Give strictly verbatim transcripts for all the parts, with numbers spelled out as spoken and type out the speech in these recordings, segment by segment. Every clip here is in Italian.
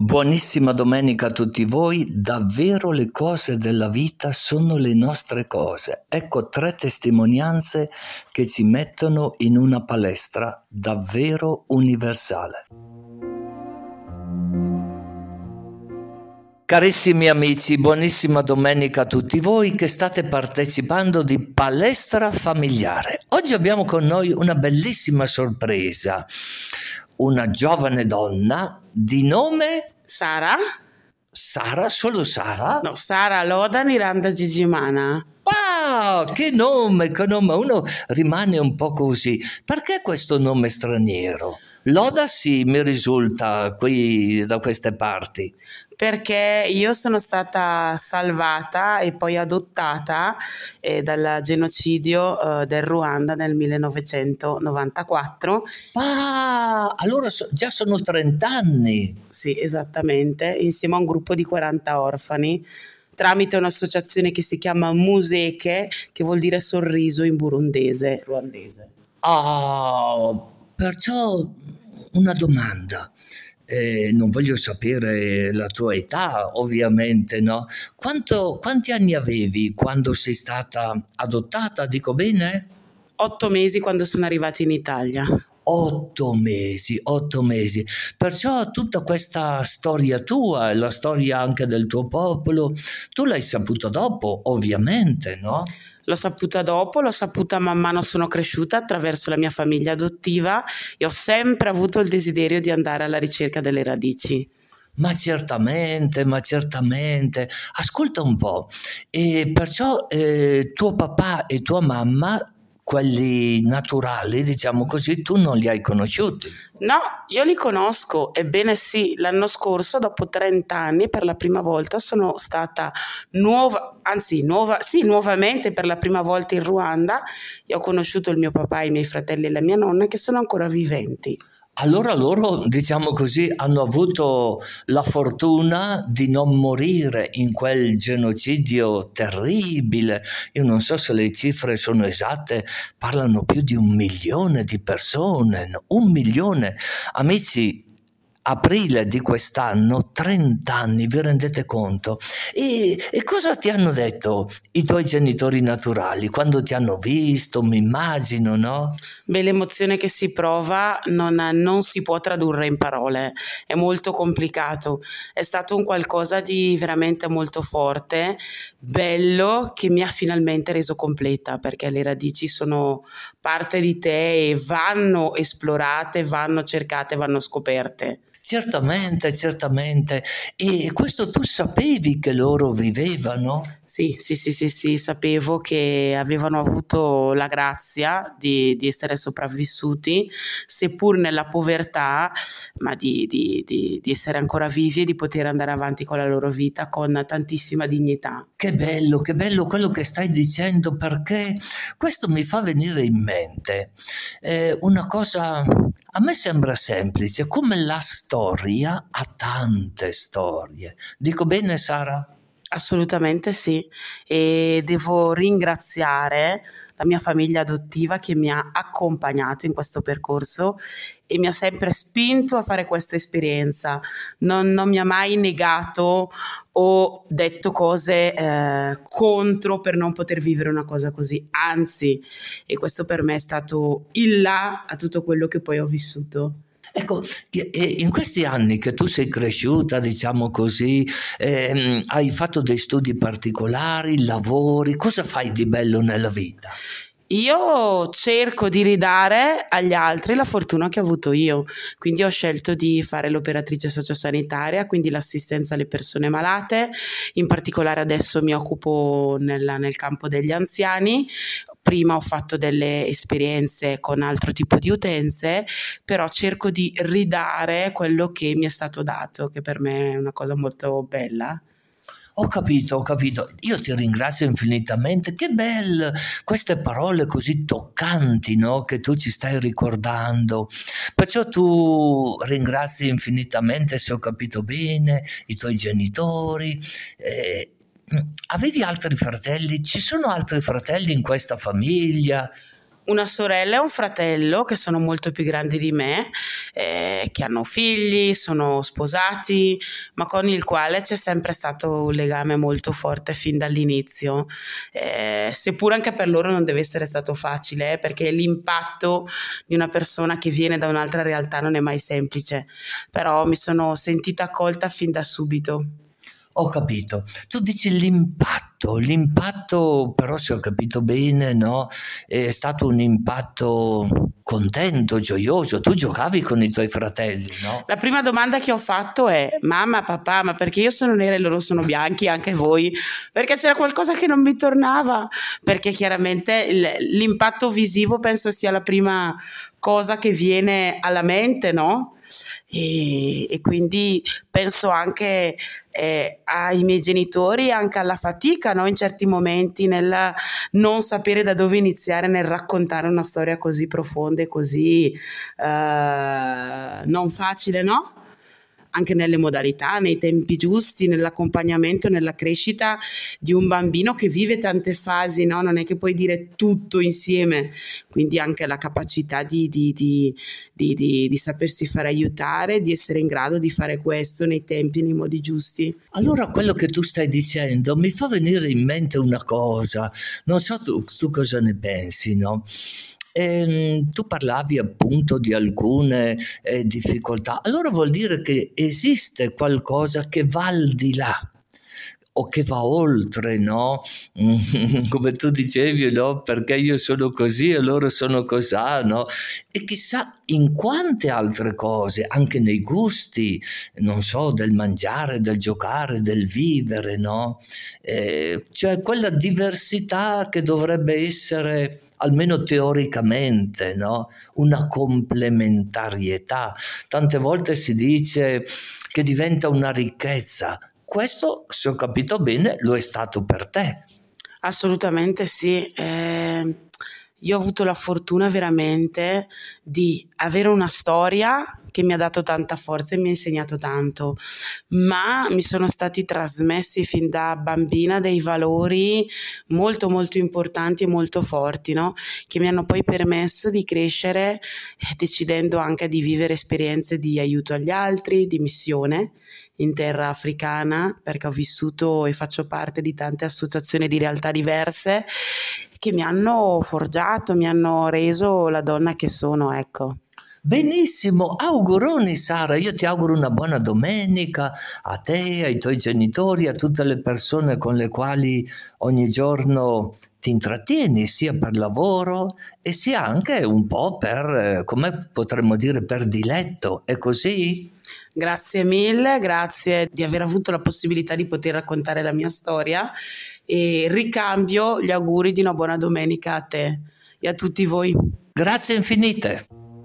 Buonissima domenica a tutti voi. Davvero le cose della vita sono le nostre cose. Ecco tre testimonianze che ci mettono in una palestra davvero universale. Carissimi amici, buonissima domenica a tutti voi che state partecipando di Palestra Familiare. Oggi abbiamo con noi una bellissima sorpresa, una giovane donna di nome Sara? Sara, solo Sara? No, Sara Loda Niranda Gigimana. Wow, che nome, che nome, uno rimane un po' così. Perché questo nome straniero? Loda sì, mi risulta qui da queste parti. Perché io sono stata salvata e poi adottata eh, dal genocidio eh, del Ruanda nel millenovecentonovantaquattro. Ah, allora so, già sono trent'anni. Sì, esattamente, insieme a un gruppo di quaranta orfani, tramite un'associazione che si chiama Museke, che vuol dire sorriso in burundese, ruandese. Ah, perciò una domanda. Eh, non voglio sapere la tua età, ovviamente, no? Quanto, quanti anni avevi quando sei stata adottata, dico bene? Otto mesi quando sono arrivata in Italia. Otto mesi, otto mesi. Perciò tutta questa storia tua, la storia anche del tuo popolo, tu l'hai saputa dopo, ovviamente, no? L'ho saputa dopo, l'ho saputa man mano sono cresciuta attraverso la mia famiglia adottiva e ho sempre avuto il desiderio di andare alla ricerca delle radici. Ma certamente, ma certamente. Ascolta un po', e perciò eh, tuo papà e tua mamma, quelli naturali, diciamo così, tu non li hai conosciuti? No, io li conosco, ebbene sì, l'anno scorso, dopo trenta anni, per la prima volta sono stata nuova, anzi nuova, sì, nuovamente per la prima volta in Ruanda e ho conosciuto il mio papà, i miei fratelli e la mia nonna che sono ancora viventi. Allora loro, diciamo così, hanno avuto la fortuna di non morire in quel genocidio terribile. Io non so se le cifre sono esatte, parlano più di un milione di persone, no? Un milione. Amici, aprile di quest'anno, trenta anni, vi rendete conto? E, e cosa ti hanno detto i tuoi genitori naturali quando ti hanno visto, mi immagino, no? Beh, l'emozione che si prova non, non si può tradurre in parole, è molto complicato, è stato un qualcosa di veramente molto forte, bello, che mi ha finalmente reso completa, perché le radici sono parte di te e vanno esplorate, vanno cercate, vanno scoperte. Certamente, certamente. E questo tu sapevi che loro vivevano? Sì, sì, sì, sì, sì, sapevo che avevano avuto la grazia di, di essere sopravvissuti, seppur nella povertà, ma di, di, di, di essere ancora vivi e di poter andare avanti con la loro vita con tantissima dignità. Che bello, che bello quello che stai dicendo, perché questo mi fa venire in mente eh, una cosa, a me sembra semplice, come la storia ha tante storie. Dico bene, Sara? Assolutamente sì, e devo ringraziare la mia famiglia adottiva che mi ha accompagnato in questo percorso e mi ha sempre spinto a fare questa esperienza. Non, non mi ha mai negato o detto cose eh, contro per non poter vivere una cosa così, anzi, e questo per me è stato il là a tutto quello che poi ho vissuto. Ecco, in questi anni che tu sei cresciuta, diciamo così, ehm, hai fatto dei studi particolari, lavori, cosa fai di bello nella vita? Io cerco di ridare agli altri la fortuna che ho avuto io, quindi ho scelto di fare l'operatrice sociosanitaria, quindi l'assistenza alle persone malate, in particolare adesso mi occupo nel, nel campo degli anziani. Prima ho fatto delle esperienze con altro tipo di utenze, però cerco di ridare quello che mi è stato dato, che per me è una cosa molto bella. Ho capito, ho capito. Io ti ringrazio infinitamente. Che belle queste parole così toccanti, no? Che tu ci stai ricordando. Perciò tu ringrazi infinitamente, se ho capito bene, i tuoi genitori. Eh, avevi altri fratelli? Ci sono altri fratelli in questa famiglia? una sorella e un fratello che sono molto più grandi di me, eh, che hanno figli, sono sposati, ma con il quale c'è sempre stato un legame molto forte fin dall'inizio, eh, seppur anche per loro non deve essere stato facile, eh, perché l'impatto di una persona che viene da un'altra realtà non è mai semplice, però mi sono sentita accolta fin da subito. Ho capito. Tu dici l'impatto, l'impatto però se ho capito bene, no? È stato un impatto contento, gioioso. Tu giocavi con i tuoi fratelli, no? La prima domanda che ho fatto è: mamma, papà, ma perché io sono nera e loro sono bianchi, anche voi? Perché c'era qualcosa che non mi tornava, perché chiaramente il- l'impatto visivo penso sia la prima cosa che viene alla mente, no? E, e quindi penso anche eh, ai miei genitori, anche alla fatica, no? In certi momenti nel non sapere da dove iniziare nel raccontare una storia così profonda e così eh, non facile, no? Anche nelle modalità, nei tempi giusti, nell'accompagnamento, nella crescita di un bambino che vive tante fasi, no? Non è che puoi dire tutto insieme, quindi anche la capacità di, di, di, di, di, di sapersi fare aiutare, di essere in grado di fare questo nei tempi e nei modi giusti. Allora quello che tu stai dicendo mi fa venire in mente una cosa, non so tu, tu cosa ne pensi, no? Ehm, tu parlavi appunto di alcune eh, difficoltà, allora vuol dire che esiste qualcosa che va al di là o che va oltre, no? Come tu dicevi, no? Perché io sono così e loro sono cosà, no? E chissà in quante altre cose, anche nei gusti, non so, del mangiare, del giocare, del vivere, no? Eh, cioè quella diversità che dovrebbe essere almeno teoricamente, no? Una complementarietà. Tante volte si dice che diventa una ricchezza. Questo, se ho capito bene, lo è stato per te. Assolutamente sì. Eh, io ho avuto la fortuna veramente di avere una storia che mi ha dato tanta forza e mi ha insegnato tanto, ma mi sono stati trasmessi fin da bambina dei valori molto molto importanti e molto forti, no? Che mi hanno poi permesso di crescere, eh, decidendo anche di vivere esperienze di aiuto agli altri, di missione in terra africana, perché ho vissuto e faccio parte di tante associazioni di realtà diverse che mi hanno forgiato, mi hanno reso la donna che sono, ecco. Benissimo, auguroni Sara, io ti auguro una buona domenica a te, ai tuoi genitori, a tutte le persone con le quali ogni giorno ti intrattieni, sia per lavoro e sia anche un po' per, eh, come potremmo dire, per diletto, è così? Grazie mille, grazie di aver avuto la possibilità di poter raccontare la mia storia e ricambio gli auguri di una buona domenica a te e a tutti voi. Grazie infinite.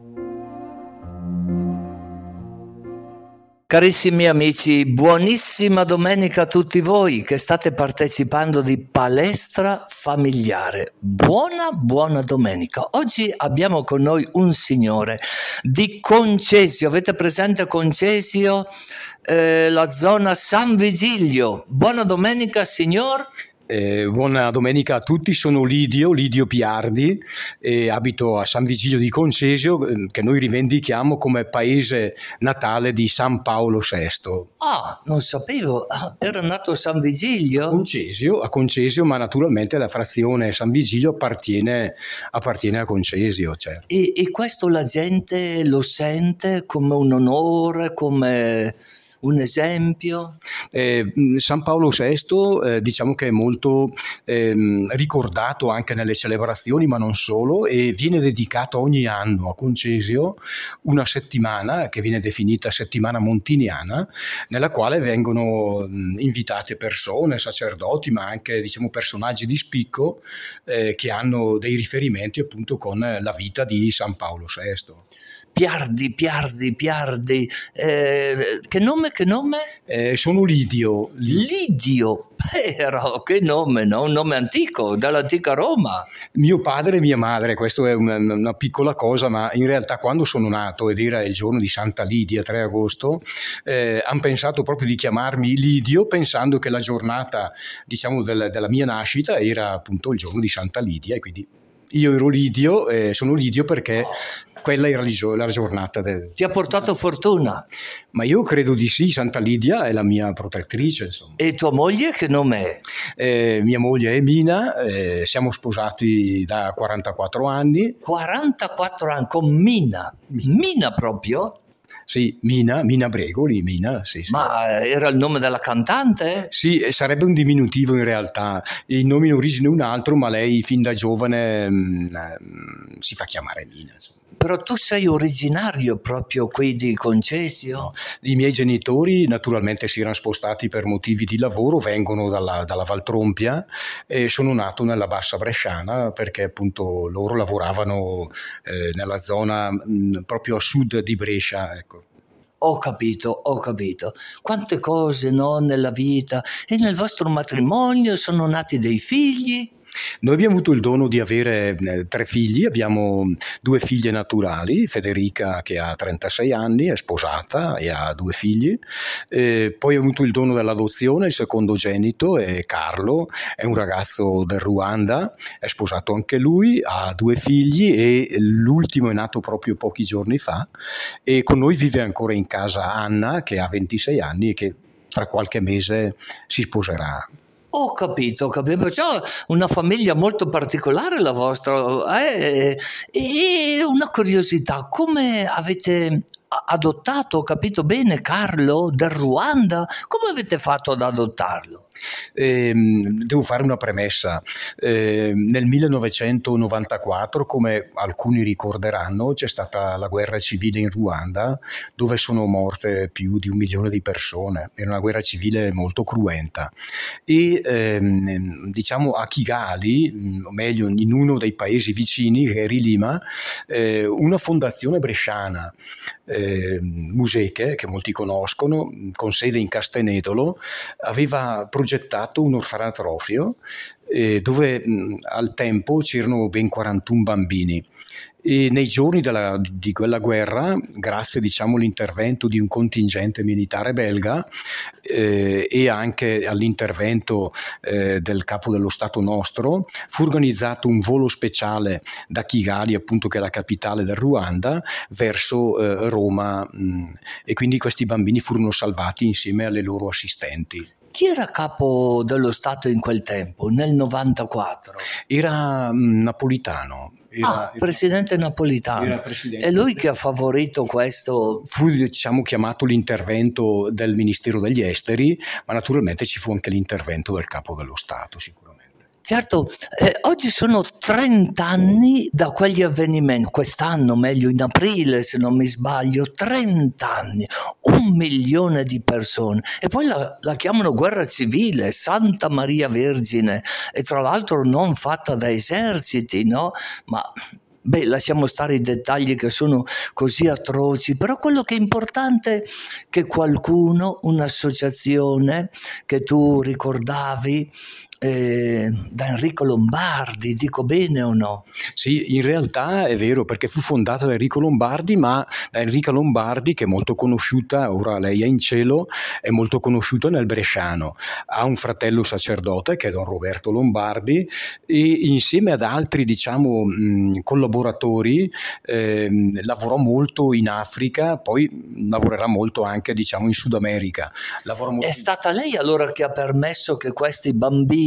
Carissimi amici, buonissima domenica a tutti voi che state partecipando di Palestra Familiare. Buona, buona domenica. Oggi abbiamo con noi un signore di Concesio. Avete presente Concesio? Eh, la zona San Vigilio. Buona domenica, signor. Eh, buona domenica a tutti, sono Lidio, Lidio Piardi e abito a San Vigilio di Concesio, eh, che noi rivendichiamo come paese natale di San Paolo sesto. Ah, non sapevo, ah, era nato a San Vigilio? Concesio, a Concesio, ma naturalmente la frazione San Vigilio appartiene, appartiene a Concesio. Certo. E, e questo la gente lo sente come un onore, come un esempio? Eh, San Paolo sesto eh, diciamo che è molto eh, ricordato anche nelle celebrazioni, ma non solo, e viene dedicato ogni anno a Concesio una settimana che viene definita settimana montiniana, nella quale vengono mh, invitate persone, sacerdoti, ma anche diciamo personaggi di spicco eh, che hanno dei riferimenti appunto con la vita di San Paolo sesto. Piardi, Piardi, Piardi, eh, che nome, che nome? Eh, sono Lidio. Lidio, però, che nome, no? Un nome antico, dall'antica Roma. Mio padre e mia madre, questo è una, una piccola cosa, ma in realtà quando sono nato, ed era il giorno di Santa Lidia, tre agosto, eh, hanno pensato proprio di chiamarmi Lidio, pensando che la giornata, diciamo, del, della mia nascita era appunto il giorno di Santa Lidia, e quindi Io ero Lidio, eh, sono Lidio perché quella era la giornata. Del... Ti ha portato fortuna? Ma io credo di sì, Santa Lidia è la mia protettrice. Insomma. E tua moglie che nome è? Eh, mia moglie è Mina, eh, siamo sposati da quarantaquattro anni. quarantaquattro anni con Mina? Mina proprio? Sì, Mina, Mina Bregoli, Mina, sì, sì. Ma era il nome della cantante? Sì, sarebbe un diminutivo in realtà. Il nome in origine è un altro, ma lei fin da giovane mh, si fa chiamare Mina. Insomma. Però tu sei originario proprio qui di Concesio? No. I miei genitori naturalmente si erano spostati per motivi di lavoro, vengono dalla, dalla Valtrompia e sono nato nella Bassa Bresciana perché appunto loro lavoravano eh, nella zona mh, proprio a sud di Brescia, ecco. Ho capito, ho capito. Quante cose, no, nella vita. E nel vostro matrimonio sono nati dei figli? Noi abbiamo avuto il dono di avere eh, tre figli, abbiamo due figlie naturali, Federica che ha trentasei anni, è sposata e ha due figli, eh, poi ho avuto il dono dell'adozione, il secondogenito è Carlo, è un ragazzo del Ruanda, è sposato anche lui, ha due figli e l'ultimo è nato proprio pochi giorni fa e con noi vive ancora in casa Anna che ha ventisei anni e che fra qualche mese si sposerà. Ho capito, ho capito. Perciò una famiglia molto particolare la vostra. Eh, e una curiosità, come avete adottato, ho capito bene, Carlo del Ruanda? Come avete fatto ad adottarlo? Eh, devo fare una premessa. Eh, nel millenovecentonovantaquattro, come alcuni ricorderanno, c'è stata la guerra civile in Ruanda dove sono morte più di un milione di persone. Era una guerra civile molto cruenta e ehm, diciamo a Kigali, o meglio in uno dei paesi vicini, che è Rilima, eh, una fondazione bresciana, eh, Museche, che molti conoscono, con sede in Castenedolo, aveva progettato un orfanotrofio eh, dove mh, al tempo c'erano ben quarantuno bambini e nei giorni della, di quella guerra, grazie diciamo all'intervento di un contingente militare belga eh, e anche all'intervento eh, del capo dello Stato nostro, fu organizzato un volo speciale da Kigali, appunto che è la capitale del Ruanda, verso eh, Roma mh, e quindi questi bambini furono salvati insieme alle loro assistenti. Chi era capo dello Stato in quel tempo, nel novantaquattro? Era mh, Napolitano. Era, ah, presidente Napolitano. Era presidente. È lui che ha favorito questo? Fu diciamo chiamato l'intervento del Ministero degli Esteri, ma naturalmente ci fu anche l'intervento del capo dello Stato, sicuramente. Certo, eh, oggi sono trenta anni da quegli avvenimenti, quest'anno meglio in aprile se non mi sbaglio, trenta anni, un milione di persone e poi la, la chiamano guerra civile, Santa Maria Vergine e tra l'altro non fatta da eserciti, no? Ma beh, lasciamo stare i dettagli che sono così atroci, però quello che è importante è che qualcuno, un'associazione che tu ricordavi, Eh, da Enrico Lombardi, dico bene o no? Sì, in realtà è vero perché fu fondata da Enrico Lombardi, ma da Enrica Lombardi che è molto conosciuta, ora lei è in cielo, è molto conosciuta nel bresciano, ha un fratello sacerdote che è Don Roberto Lombardi e insieme ad altri diciamo mh, collaboratori eh, lavorò molto in Africa, poi lavorerà molto anche diciamo in Sud America. È stata lei allora che ha permesso che questi bambini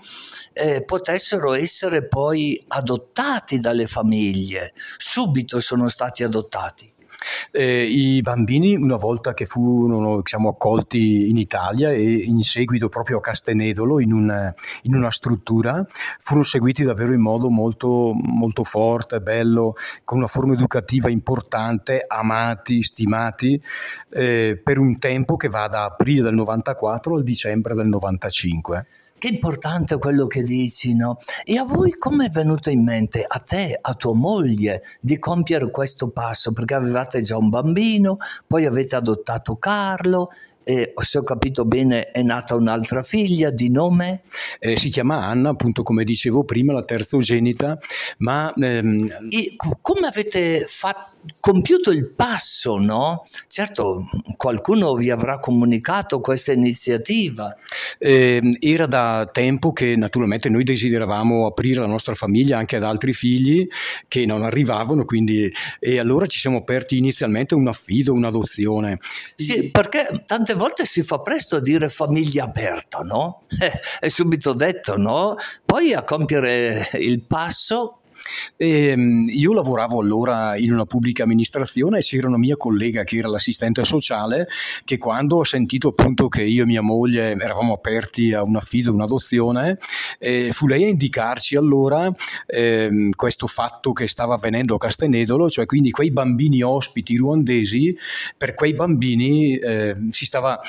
Eh, potessero essere poi adottati dalle famiglie, subito sono stati adottati. Eh, I bambini una volta che furono diciamo, accolti in Italia e in seguito proprio a Castenedolo in, un, in una struttura furono seguiti davvero in modo molto, molto forte, bello, con una forma educativa importante, amati, stimati eh, per un tempo che va da aprile del novantaquattro al dicembre del novantacinque. Che importante quello che dici, no? E a voi come è venuto in mente, a te, a tua moglie, di compiere questo passo? Perché avevate già un bambino, poi avete adottato Carlo e se ho capito bene è nata un'altra figlia di nome? Eh, si chiama Anna, appunto come dicevo prima, la terzogenita, ma ehm, E co- come avete fatto, compiuto il passo, no? Certo, qualcuno vi avrà comunicato questa iniziativa. Eh, era da tempo che naturalmente noi desideravamo aprire la nostra famiglia anche ad altri figli che non arrivavano, quindi, e allora ci siamo aperti inizialmente un affido, un'adozione. Sì, perché tante volte si fa presto a dire famiglia aperta, no? Eh, è subito detto, no? Poi a compiere il passo. E, mh, io lavoravo allora in una pubblica amministrazione e c'era una mia collega che era l'assistente sociale che quando ha sentito appunto che io e mia moglie eravamo aperti a un affido, un'adozione, eh, fu lei a indicarci allora ehm, questo fatto che stava avvenendo a Castenedolo, cioè quindi quei bambini ospiti ruandesi, per quei bambini eh, si stava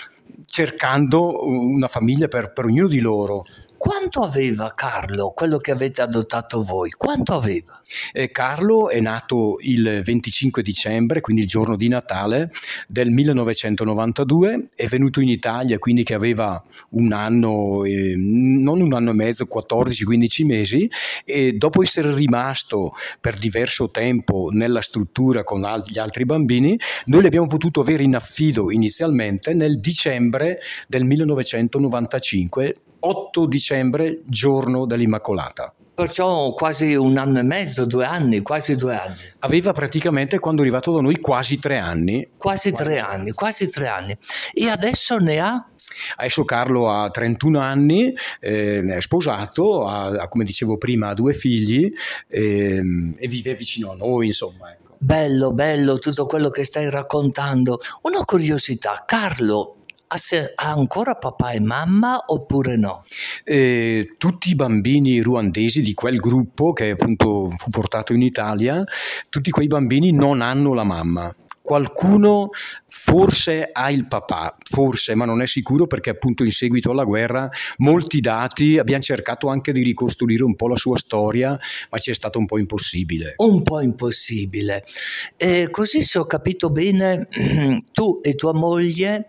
cercando una famiglia per, per ognuno di loro. Quanto aveva Carlo, quello che avete adottato voi? Quanto aveva? Eh, Carlo è nato il venticinque dicembre, quindi il giorno di Natale del millenovecentonovantadue, è venuto in Italia quindi che aveva un anno, eh, non un anno e mezzo, quattordici quindici mesi, e dopo essere rimasto per diverso tempo nella struttura con al- gli altri bambini, noi li abbiamo potuto avere in affido inizialmente nel dicembre del millenovecentonovantacinque, otto dicembre, giorno dell'Immacolata. Perciò quasi un anno e mezzo, due anni, quasi due anni. Aveva praticamente, quando è arrivato da noi, quasi tre anni. Quasi tre anni, quasi tre anni. E adesso ne ha? Adesso Carlo ha trentuno anni, eh, è sposato, ha, ha, come dicevo prima, ha due figli eh, e vive vicino a noi, insomma. Ecco. Bello, bello tutto quello che stai raccontando. Una curiosità, Carlo ha, se- ha ancora papà e mamma oppure no? Eh, tutti i bambini ruandesi di quel gruppo che appunto fu portato in Italia, tutti quei bambini non hanno la mamma. Qualcuno forse ha il papà, forse, ma non è sicuro perché appunto in seguito alla guerra molti dati, abbiamo cercato anche di ricostruire un po' la sua storia, ma ci è stato un po' impossibile. Un po' impossibile. E così se ho capito bene, tu e tua moglie,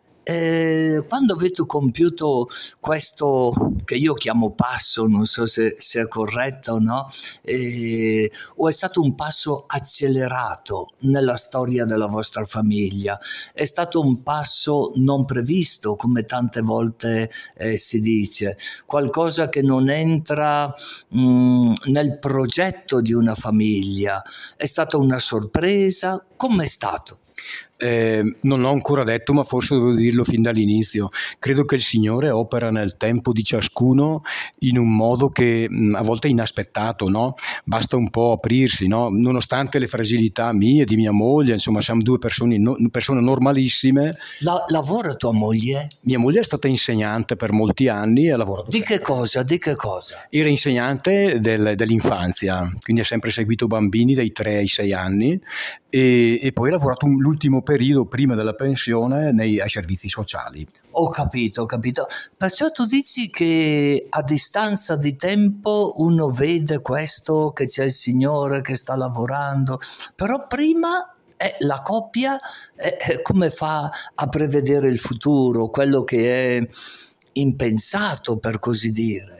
eh, quando avete compiuto questo che io chiamo passo, non so se, se è corretto o no, eh, o è stato un passo accelerato nella storia della vostra famiglia, è stato un passo non previsto, come tante volte eh, si dice, qualcosa che non entra mh, nel progetto di una famiglia, è stata una sorpresa, com'è stato? Eh, non l'ho ancora detto, ma forse devo dirlo fin dall'inizio. Credo che il Signore opera nel tempo di ciascuno in un modo che mh, a volte è inaspettato, no? Basta un po' aprirsi, no? Nonostante le fragilità mie e di mia moglie, insomma, siamo due persone, no, persone normalissime. La, lavora tua moglie? Mia moglie è stata insegnante per molti anni e ha lavorato. Di che cosa? Di che cosa? Era insegnante del, dell'infanzia, quindi ha sempre seguito bambini dai tre ai sei anni e, e poi ha lavorato un, l'ultimo periodo prima della pensione nei, ai servizi sociali. Ho capito, ho capito. Perciò tu dici che a distanza di tempo uno vede questo, che c'è il Signore che sta lavorando, però prima eh, la coppia eh, come fa a prevedere il futuro, quello che è impensato per così dire?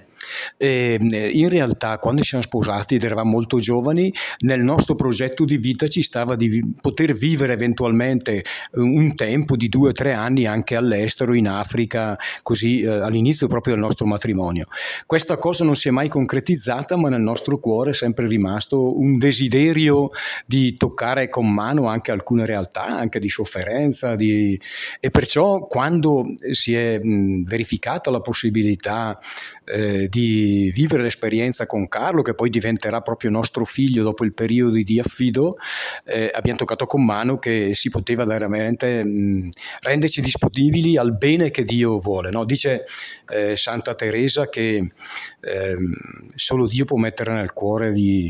E in realtà quando ci siamo sposati ed eravamo molto giovani, nel nostro progetto di vita ci stava di vi- poter vivere eventualmente un tempo di due o tre anni anche all'estero, in Africa, così eh, all'inizio proprio del nostro matrimonio. Questa cosa non si è mai concretizzata, ma nel nostro cuore è sempre rimasto un desiderio di toccare con mano anche alcune realtà, anche di sofferenza, di... e perciò quando si è mh, verificata la possibilità eh, di di vivere l'esperienza con Carlo, che poi diventerà proprio nostro figlio dopo il periodo di affido, eh, abbiamo toccato con mano che si poteva veramente mh, renderci disponibili al bene che Dio vuole, no? Dice eh, Santa Teresa che eh, solo Dio può mettere nel cuore di,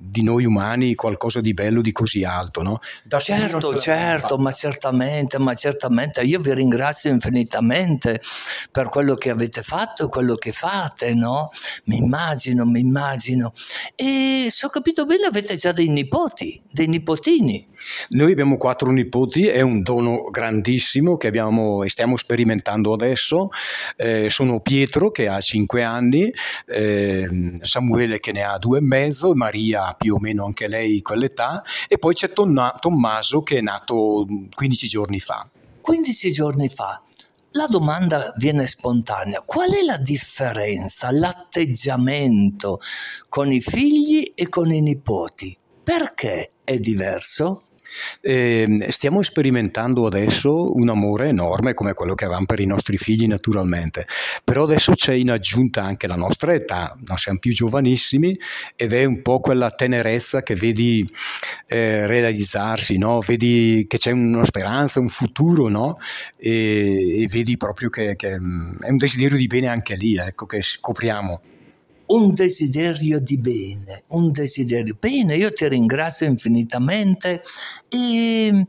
di noi umani qualcosa di bello, di così alto, no? Da certo, certo, ma certamente, ma certamente. Io vi ringrazio infinitamente per quello che avete fatto e quello che fate, no? Mi immagino, mi immagino. E se ho capito bene avete già dei nipoti, dei nipotini. Noi abbiamo quattro nipoti, è un dono grandissimo che abbiamo e stiamo sperimentando adesso. Eh, sono Pietro che ha cinque anni, eh, Samuele che ne ha due e mezzo, Maria più o meno anche lei quell'età, e poi c'è Tonna, Tommaso che è nato quindici giorni fa. quindici giorni fa. La domanda viene spontanea. Qual è la differenza, l'atteggiamento con i figli e con i nipoti? Perché è diverso? Eh, stiamo sperimentando adesso un amore enorme come quello che avevamo per i nostri figli naturalmente, però adesso c'è in aggiunta anche la nostra età, non siamo più giovanissimi ed è un po' quella tenerezza che vedi eh, realizzarsi, no? Vedi che c'è una speranza, un futuro, no? e, e vedi proprio che, che è un desiderio di bene anche lì, ecco, che scopriamo. Un desiderio di bene, un desiderio. Bene, io ti ringrazio infinitamente. E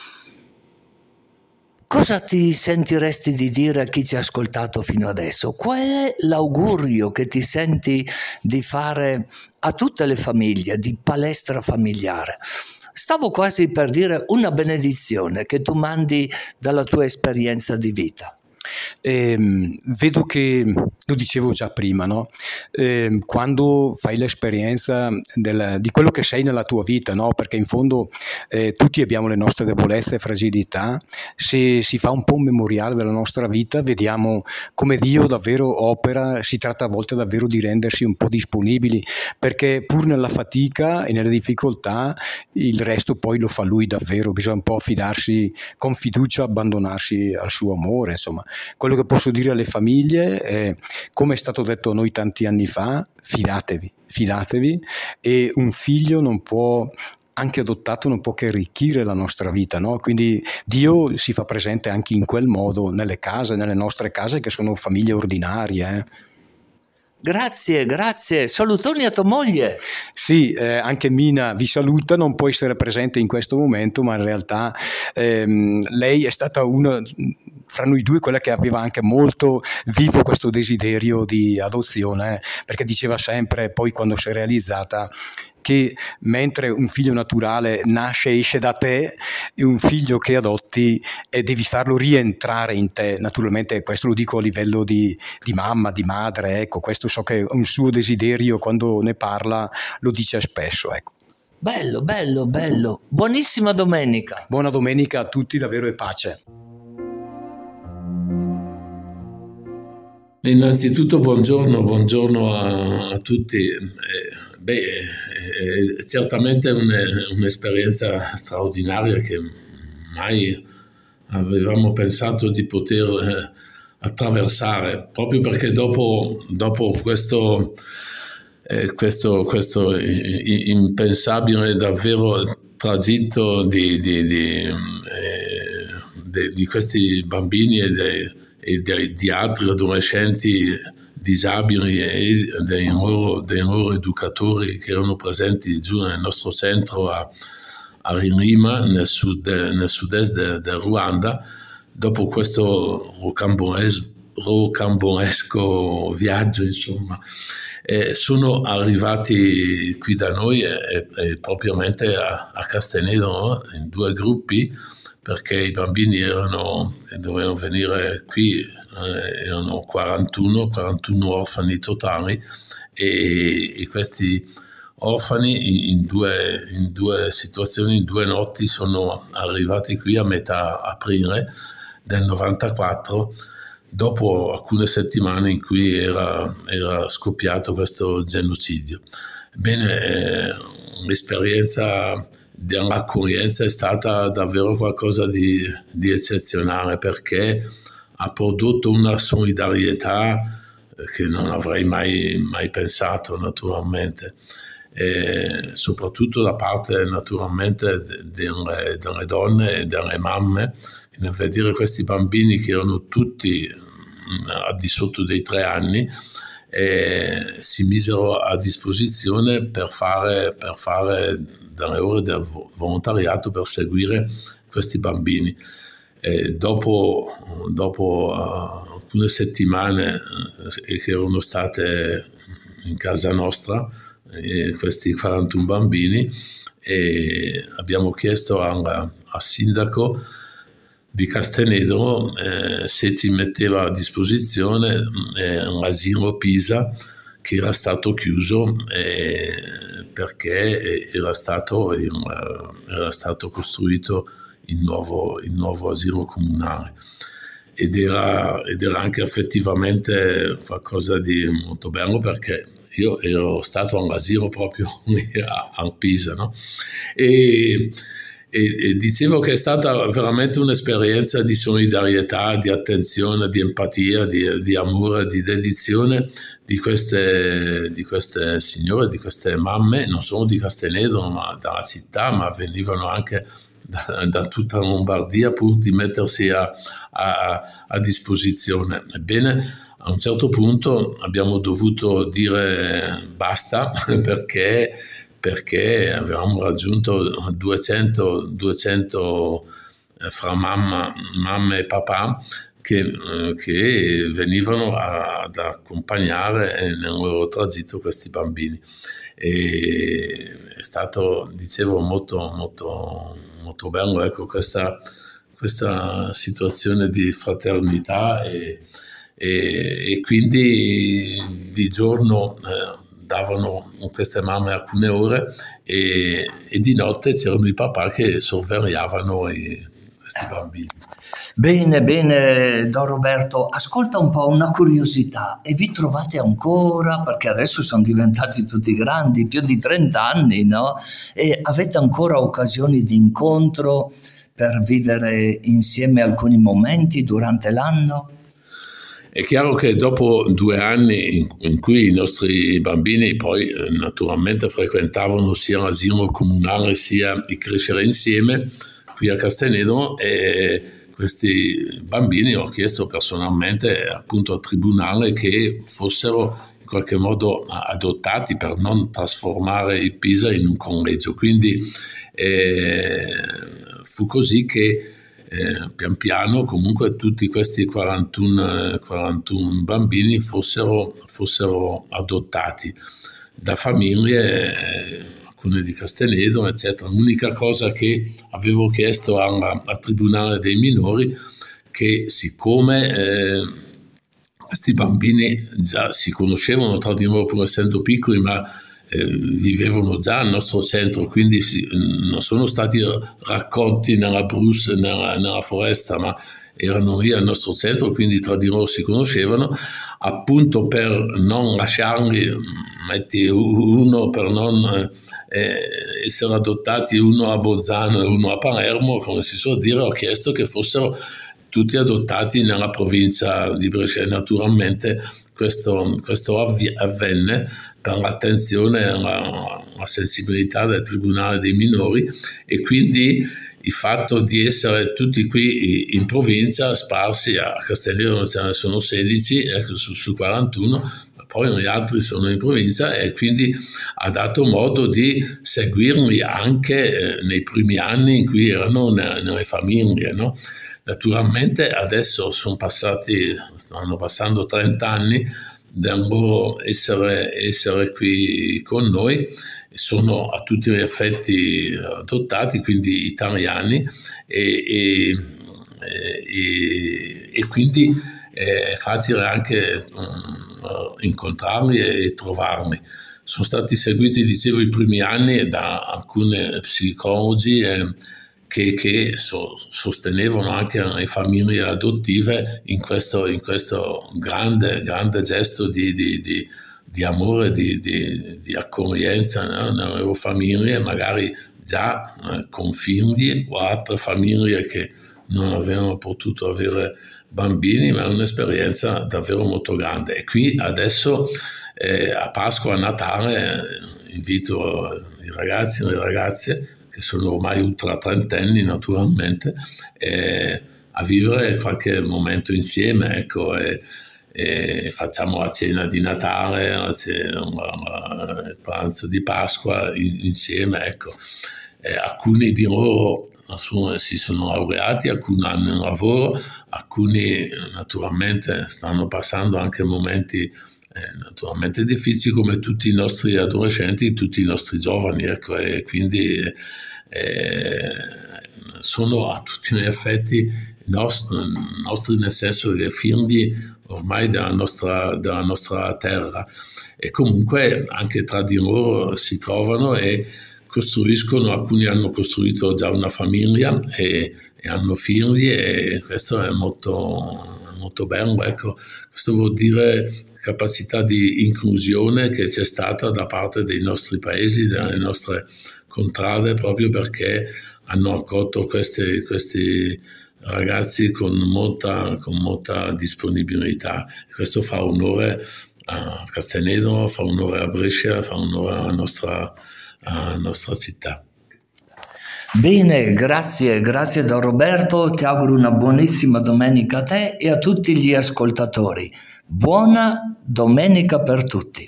cosa ti sentiresti di dire a chi ci ha ascoltato fino adesso? Qual è l'augurio che ti senti di fare a tutte le famiglie, di Palestra Familiare? Stavo quasi per dire una benedizione che tu mandi dalla tua esperienza di vita. Eh, vedo che, lo dicevo già prima, no? Eh, quando fai l'esperienza del, di quello che sei nella tua vita, no? Perché in fondo eh, tutti abbiamo le nostre debolezze e fragilità, se si fa un po' un memoriale della nostra vita vediamo come Dio davvero opera, si tratta a volte davvero di rendersi un po' disponibili, perché pur nella fatica e nelle difficoltà il resto poi lo fa Lui davvero, bisogna un po' fidarsi con fiducia, abbandonarsi al suo amore, insomma. Quello che posso dire alle famiglie è, come è stato detto a noi tanti anni fa, fidatevi, fidatevi, e un figlio non può, anche adottato, non può che arricchire la nostra vita, no? Quindi Dio si fa presente anche in quel modo nelle case, nelle nostre case che sono famiglie ordinarie, eh. Grazie, grazie. Salutoni a tua moglie. Sì, eh, anche Mina vi saluta, non può essere presente in questo momento, ma in realtà ehm, lei è stata una fra noi due quella che aveva anche molto vivo questo desiderio di adozione, eh, perché diceva sempre, poi quando si è realizzata, che mentre un figlio naturale nasce e esce da te, e un figlio che adotti e devi farlo rientrare in te. Naturalmente questo lo dico a livello di, di mamma, di madre, ecco, questo so che è un suo desiderio, quando ne parla lo dice spesso, ecco. Bello, bello, bello. Buonissima domenica. Buona domenica a tutti, davvero, e pace. Innanzitutto buongiorno, buongiorno a, a tutti. Eh, beh, è, è certamente un, un'esperienza straordinaria che mai avevamo pensato di poter eh, attraversare, proprio perché dopo, dopo questo, eh, questo, questo impensabile davvero tragitto di, di, di, eh, di, di questi bambini e dei e di, di altri adolescenti disabili e dei loro, dei loro educatori che erano presenti giù nel nostro centro a, a Rinrima, nel, sud, nel sud-est del de Ruanda. Dopo questo rocambolesco, rocambolesco viaggio, insomma, eh, sono arrivati qui da noi e, e propriamente a, a Castenero, no? In due gruppi, perché i bambini erano, dovevano venire qui, eh, erano quarantuno, quarantuno orfani totali, e, e questi orfani in due, in due situazioni, in due notti, sono arrivati qui a metà aprile del novantaquattro, dopo alcune settimane in cui era, era scoppiato questo genocidio. Bene, eh, un'esperienza dell'accoglienza è stata davvero qualcosa di, di eccezionale, perché ha prodotto una solidarietà che non avrei mai, mai pensato, naturalmente, e soprattutto da parte naturalmente delle, delle donne e delle mamme, nel vedere questi bambini che erano tutti al di sotto dei tre anni e si misero a disposizione per fare, per fare delle ore del volontariato per seguire questi bambini. E dopo, dopo uh, alcune settimane eh, che erano state in casa nostra, eh, questi quarantuno bambini, e abbiamo chiesto al, al sindaco di Castenedro eh, se ci metteva a disposizione eh, l'asilo Pisa, che era stato chiuso eh, perché era stato, era stato costruito il nuovo, il nuovo asilo comunale, ed era, ed era anche effettivamente qualcosa di molto bello, perché io ero stato all'asilo proprio a, a Pisa, no? e, e, e dicevo che è stata veramente un'esperienza di solidarietà, di attenzione, di empatia, di, di amore, di dedizione di queste, di queste signore, di queste mamme, non solo di Castenedro ma dalla città, ma venivano anche Da, da tutta la Lombardia pur di mettersi a, a, a disposizione. Ebbene, a un certo punto abbiamo dovuto dire basta perché, perché avevamo raggiunto duecento, duecento fra mamma, mamma e papà che, che venivano a, ad accompagnare nel loro tragitto questi bambini. E è stato, dicevo, molto molto molto bello, ecco, questa, questa situazione di fraternità, e, e, e quindi di giorno eh, davano queste mamme alcune ore e, e di notte c'erano i papà che sorvegliavano i, questi bambini. Bene, bene, Don Roberto, ascolta un po' una curiosità, e vi trovate ancora, perché adesso sono diventati tutti grandi, più di trenta anni, no? E avete ancora occasioni di incontro per vivere insieme alcuni momenti durante l'anno? È chiaro che dopo due anni in cui i nostri bambini poi naturalmente frequentavano sia l'asilo comunale sia il Crescere Insieme qui a Castenedro, e questi bambini ho chiesto personalmente appunto al tribunale che fossero in qualche modo adottati per non trasformare il Pisa in un collegio. Quindi eh, fu così che eh, pian piano comunque tutti questi quarantuno, quarantuno bambini fossero, fossero adottati da famiglie eh, alcune di Castenedro, eccetera. L'unica cosa che avevo chiesto al, al Tribunale dei minori, che siccome eh, questi bambini già si conoscevano tra di loro pur essendo piccoli, ma eh, vivevano già al nostro centro, quindi si, non sono stati raccolti nella Bruce, nella, nella foresta, ma erano lì al nostro centro, quindi tra di loro si conoscevano, appunto per non lasciarli, metti uno per non eh, essere adottati, uno a Bolzano e uno a Palermo, come si suol dire, ho chiesto che fossero tutti adottati nella provincia di Brescia. Naturalmente questo, questo avvenne per l'attenzione e la, la sensibilità del Tribunale dei minori, e quindi il fatto di essere tutti qui in provincia, sparsi a Castenedro ce ne sono sedici, ecco, su, su quarantuno, poi gli altri sono in provincia, e quindi ha dato modo di seguirli anche eh, nei primi anni in cui erano ne, nelle famiglie, no? Naturalmente adesso sono passati, stanno passando trenta anni del loro essere, essere qui con noi, sono a tutti gli effetti adottati, quindi italiani, e, e, e, e quindi è facile anche um, incontrarli e trovarli. Sono stati seguiti, dicevo, i primi anni da alcuni psicologi eh, che, che so, sostenevano anche le famiglie adottive in questo, in questo grande, grande gesto di, di, di di amore, di, di, di accoglienza, no? Nelle loro famiglie, magari già eh, con figli, o altre famiglie che non avevano potuto avere bambini, ma è un'esperienza davvero molto grande. E qui adesso eh, a Pasqua, a Natale, eh, invito i ragazzi e le ragazze, che sono ormai ultra trentenni naturalmente, eh, a vivere qualche momento insieme, ecco, e, e facciamo la cena di Natale, la cena, il pranzo di Pasqua insieme, ecco. Eh, alcuni di loro si sono laureati, alcuni hanno un lavoro, alcuni naturalmente stanno passando anche momenti eh, naturalmente difficili come tutti i nostri adolescenti, tutti i nostri giovani, ecco, e quindi eh, sono a tutti gli effetti nostri, nostri nel senso che figli ormai della nostra, della nostra terra, e comunque anche tra di loro si trovano e costruiscono, alcuni hanno costruito già una famiglia e, e hanno figli, e questo è molto, molto bello, ecco. Questo vuol dire capacità di inclusione che c'è stata da parte dei nostri paesi, delle nostre contrade, proprio perché hanno accolto questi, questi ragazzi con molta, con molta disponibilità. Questo fa onore a Castenedo, fa onore a Brescia, fa onore alla nostra a nostra città. Bene, grazie, grazie Don Roberto, ti auguro una buonissima domenica a te e a tutti gli ascoltatori. Buona domenica per tutti.